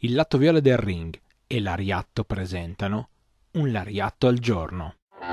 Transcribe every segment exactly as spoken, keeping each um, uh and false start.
Il lato viola del ring e l'Ariatto presentano un lariatto al giorno.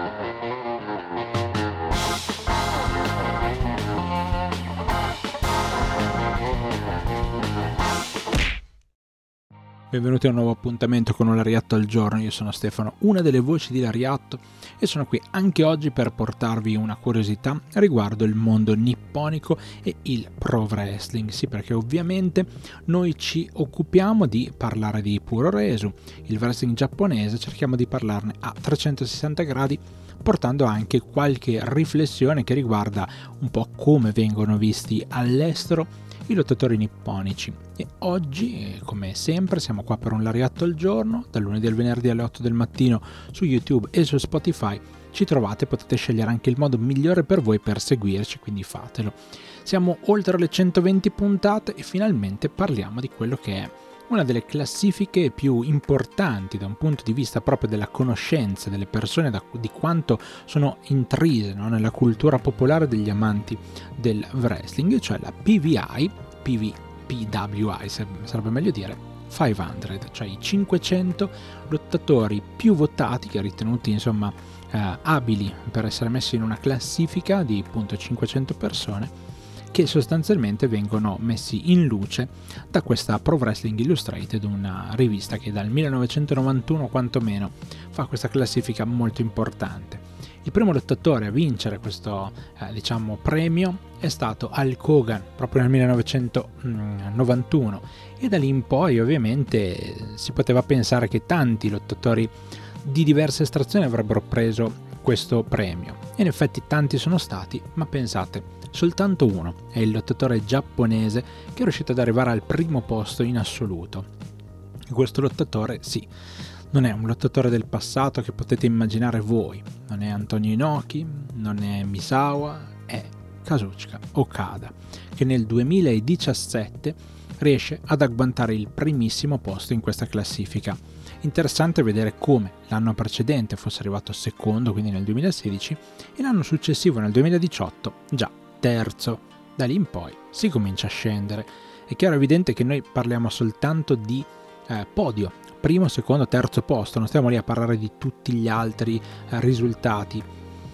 Benvenuti a un nuovo appuntamento con un Lariatto al giorno. Io sono Stefano, una delle voci di Lariatto, e sono qui anche oggi per portarvi una curiosità riguardo il mondo nipponico e il pro wrestling. Sì, perché ovviamente noi ci occupiamo di parlare di Puro Resu, il wrestling giapponese, cerchiamo di parlarne a trecentosessanta gradi, portando anche qualche riflessione che riguarda un po' come vengono visti all'estero i lottatori nipponici. E oggi, come sempre, siamo qua per un Lariatto al giorno, dal lunedì al venerdì alle otto del mattino su YouTube e su Spotify. Ci trovate, potete scegliere anche il modo migliore per voi per seguirci, quindi fatelo. Siamo oltre le centoventi puntate e finalmente parliamo di quello che è una delle classifiche più importanti da un punto di vista proprio della conoscenza delle persone, da, di quanto sono intrise, no, nella cultura popolare degli amanti del wrestling, cioè la P V I, P V, P W I sarebbe meglio dire, cinquecento, cioè i cinquecento lottatori più votati, che ritenuti insomma eh, abili per essere messi in una classifica di appunto cinquecento persone, che sostanzialmente vengono messi in luce da questa Pro Wrestling Illustrated, una rivista che dal millenovecentonovantuno quantomeno fa questa classifica molto importante. Il primo lottatore a vincere questo eh, diciamo premio è stato Hulk Hogan proprio nel millenovecentonovantuno, e da lì in poi ovviamente si poteva pensare che tanti lottatori di diverse estrazioni avrebbero preso questo premio, e in effetti tanti sono stati, ma pensate, soltanto uno è il lottatore giapponese che è riuscito ad arrivare al primo posto in assoluto. E questo lottatore, sì, non è un lottatore del passato che potete immaginare voi, non è Antonio Inoki, non è Misawa, è Kazuchika Okada, che nel duemiladiciassette riesce ad agguantare il primissimo posto in questa classifica. Interessante vedere come l'anno precedente fosse arrivato secondo, quindi nel duemilasedici, e l'anno successivo, nel duemiladiciotto, già terzo. Da lì in poi si comincia a scendere. È chiaro, evidente che noi parliamo soltanto di eh, podio, primo, secondo, terzo posto, non stiamo lì a parlare di tutti gli altri eh, risultati.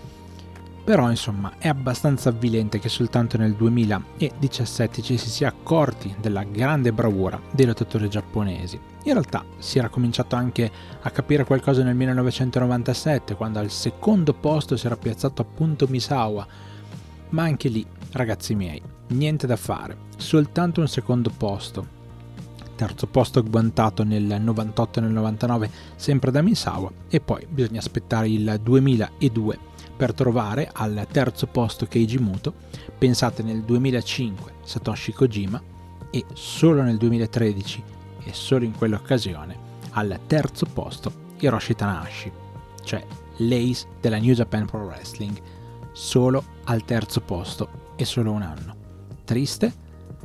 Però insomma è abbastanza avvilente che soltanto nel duemiladiciassette ci si sia accorti della grande bravura dei lottatori giapponesi. In realtà si era cominciato anche a capire qualcosa nel millenovecentonovantasette, quando al secondo posto si era piazzato appunto Misawa, ma anche lì, ragazzi miei, niente da fare, soltanto un secondo posto. Terzo posto agguantato nel novantotto e nel novantanove sempre da Misawa, e poi bisogna aspettare il duemiladue per trovare al terzo posto Keiji Muto. Pensate, nel duemilacinque Satoshi Kojima, e solo nel duemilatredici, e solo in quell'occasione, al terzo posto Hiroshi Tanahashi, cioè l'ace della New Japan Pro Wrestling, solo al terzo posto e solo un anno. Triste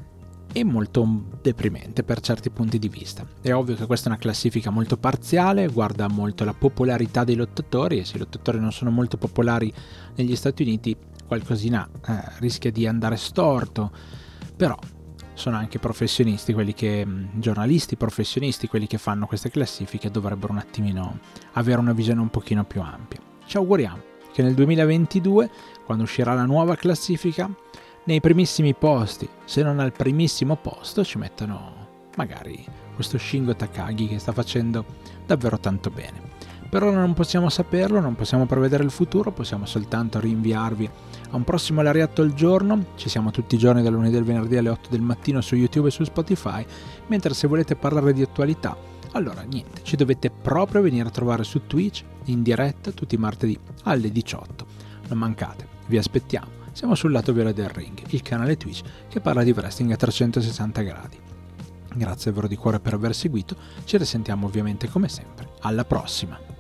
e molto deprimente per certi punti di vista. È ovvio che questa è una classifica molto parziale, guarda molto la popolarità dei lottatori, e se i lottatori non sono molto popolari negli Stati Uniti, qualcosina eh, rischia di andare storto. Però sono anche professionisti, quelli che, giornalisti professionisti, quelli che fanno queste classifiche, dovrebbero un attimino avere una visione un pochino più ampia. Ci auguriamo che nel duemilaventidue, quando uscirà la nuova classifica, nei primissimi posti, se non al primissimo posto, ci mettano magari questo Shingo Takagi che sta facendo davvero tanto bene. Per ora non possiamo saperlo, non possiamo prevedere il futuro, possiamo soltanto rinviarvi a un prossimo Lariatto al giorno. Ci siamo tutti i giorni dal lunedì al venerdì alle otto del mattino su YouTube e su Spotify, mentre se volete parlare di attualità, allora niente, ci dovete proprio venire a trovare su Twitch in diretta tutti i martedì alle diciotto. Non mancate, vi aspettiamo. Siamo sul lato viola del ring, il canale Twitch che parla di wrestling a trecentosessanta gradi. Grazie davvero di cuore per aver seguito, ci risentiamo ovviamente come sempre. Alla prossima!